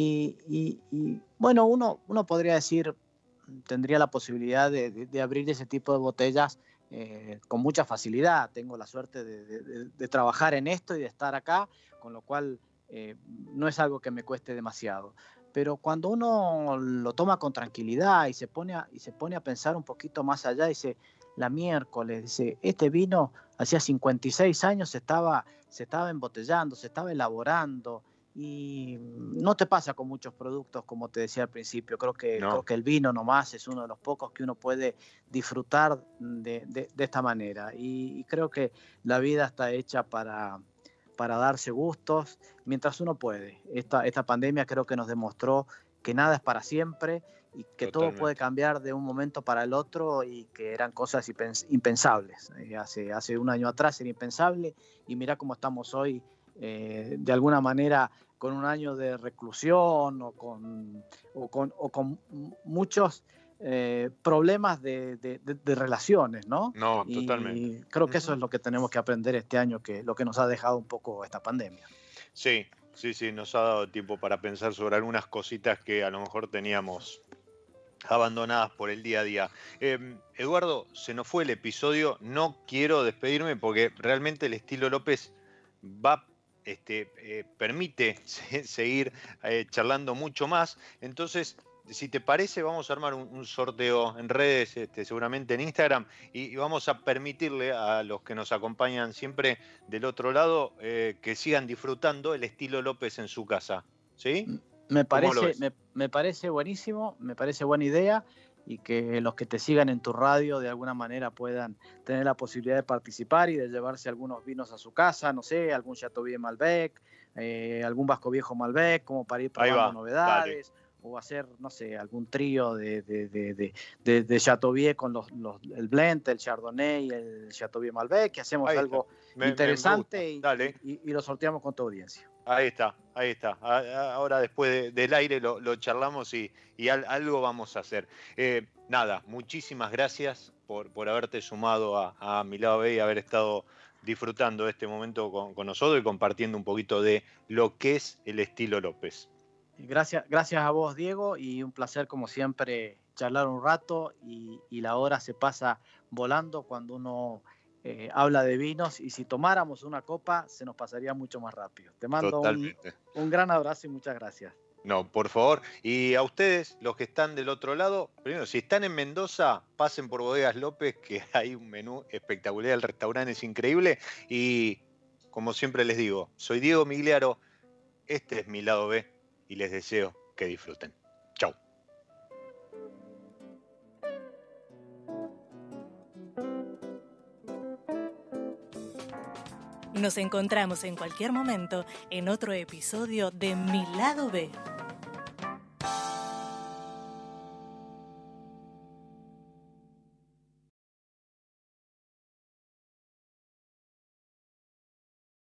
Y bueno, uno podría decir, tendría la posibilidad de abrir ese tipo de botellas con mucha facilidad. Tengo la suerte de trabajar en esto y de estar acá, con lo cual no es algo que me cueste demasiado. Pero cuando uno lo toma con tranquilidad y se pone a pensar un poquito más allá, dice, la miércoles, dice, este vino hacía 56 años se estaba embotellando, se estaba elaborando, y no te pasa con muchos productos, como te decía al principio. Creo No, que el vino nomás es uno de los pocos que uno puede disfrutar de esta manera, y creo que la vida está hecha para darse gustos mientras uno puede. Esta pandemia creo que nos demostró que nada es para siempre y que todo puede totalmente. cambiar de un momento para el otro, y que eran cosas impensables. Hace un año atrás era impensable, y mira cómo estamos hoy, de alguna manera con un año de reclusión o con muchos problemas de relaciones, ¿no? No, totalmente. Y creo que eso Ujú. es lo que tenemos que aprender este año, que lo que nos ha dejado un poco esta pandemia. Sí, sí, nos ha dado tiempo para pensar sobre algunas cositas que a lo mejor teníamos abandonadas por el día a día. Eduardo, se nos fue el episodio, no quiero despedirme porque realmente el estilo López va, permite seguir charlando mucho más. Entonces, si te parece, vamos a armar un sorteo en redes, seguramente en Instagram, y vamos a permitirle a los que nos acompañan siempre del otro lado que sigan disfrutando el estilo López en su casa. ¿Sí? Me ¿Cómo lo parece, ves? me parece buenísimo, me parece buena idea, y que los que te sigan en tu radio de alguna manera puedan tener la posibilidad de participar y de llevarse algunos vinos a su casa, no sé, algún Chateaubriand Malbec, algún Vasco Viejo Malbec, como para ir Ahí probando va, dale. novedades, o hacer, no sé, algún trío de Chateaubriand con el blend, el Chardonnay y el Chateaubriand Malbec, que hacemos Ahí está. algo Me gusta. interesante Dale. y lo sorteamos con tu audiencia. Ahí está, ahí está. Ahora después del aire lo charlamos y algo vamos a hacer. Nada, muchísimas gracias por haberte sumado a Mi Lado B y haber estado disfrutando de este momento con nosotros y compartiendo un poquito de lo que es el estilo López. Gracias a vos, Diego, y un placer como siempre charlar un rato, y la hora se pasa volando cuando uno habla de vinos, y si tomáramos una copa se nos pasaría mucho más rápido. Te mando Totalmente. un gran abrazo y muchas gracias. No, por favor. Y a ustedes, los que están del otro lado, primero, si están en Mendoza, pasen por Bodegas López, que hay un menú espectacular, el restaurante es increíble. Y como siempre les digo, soy Diego Migliaro, este es Mi Lado B y les deseo que disfruten. Chau. Nos encontramos en cualquier momento en otro episodio de Mi Lado B.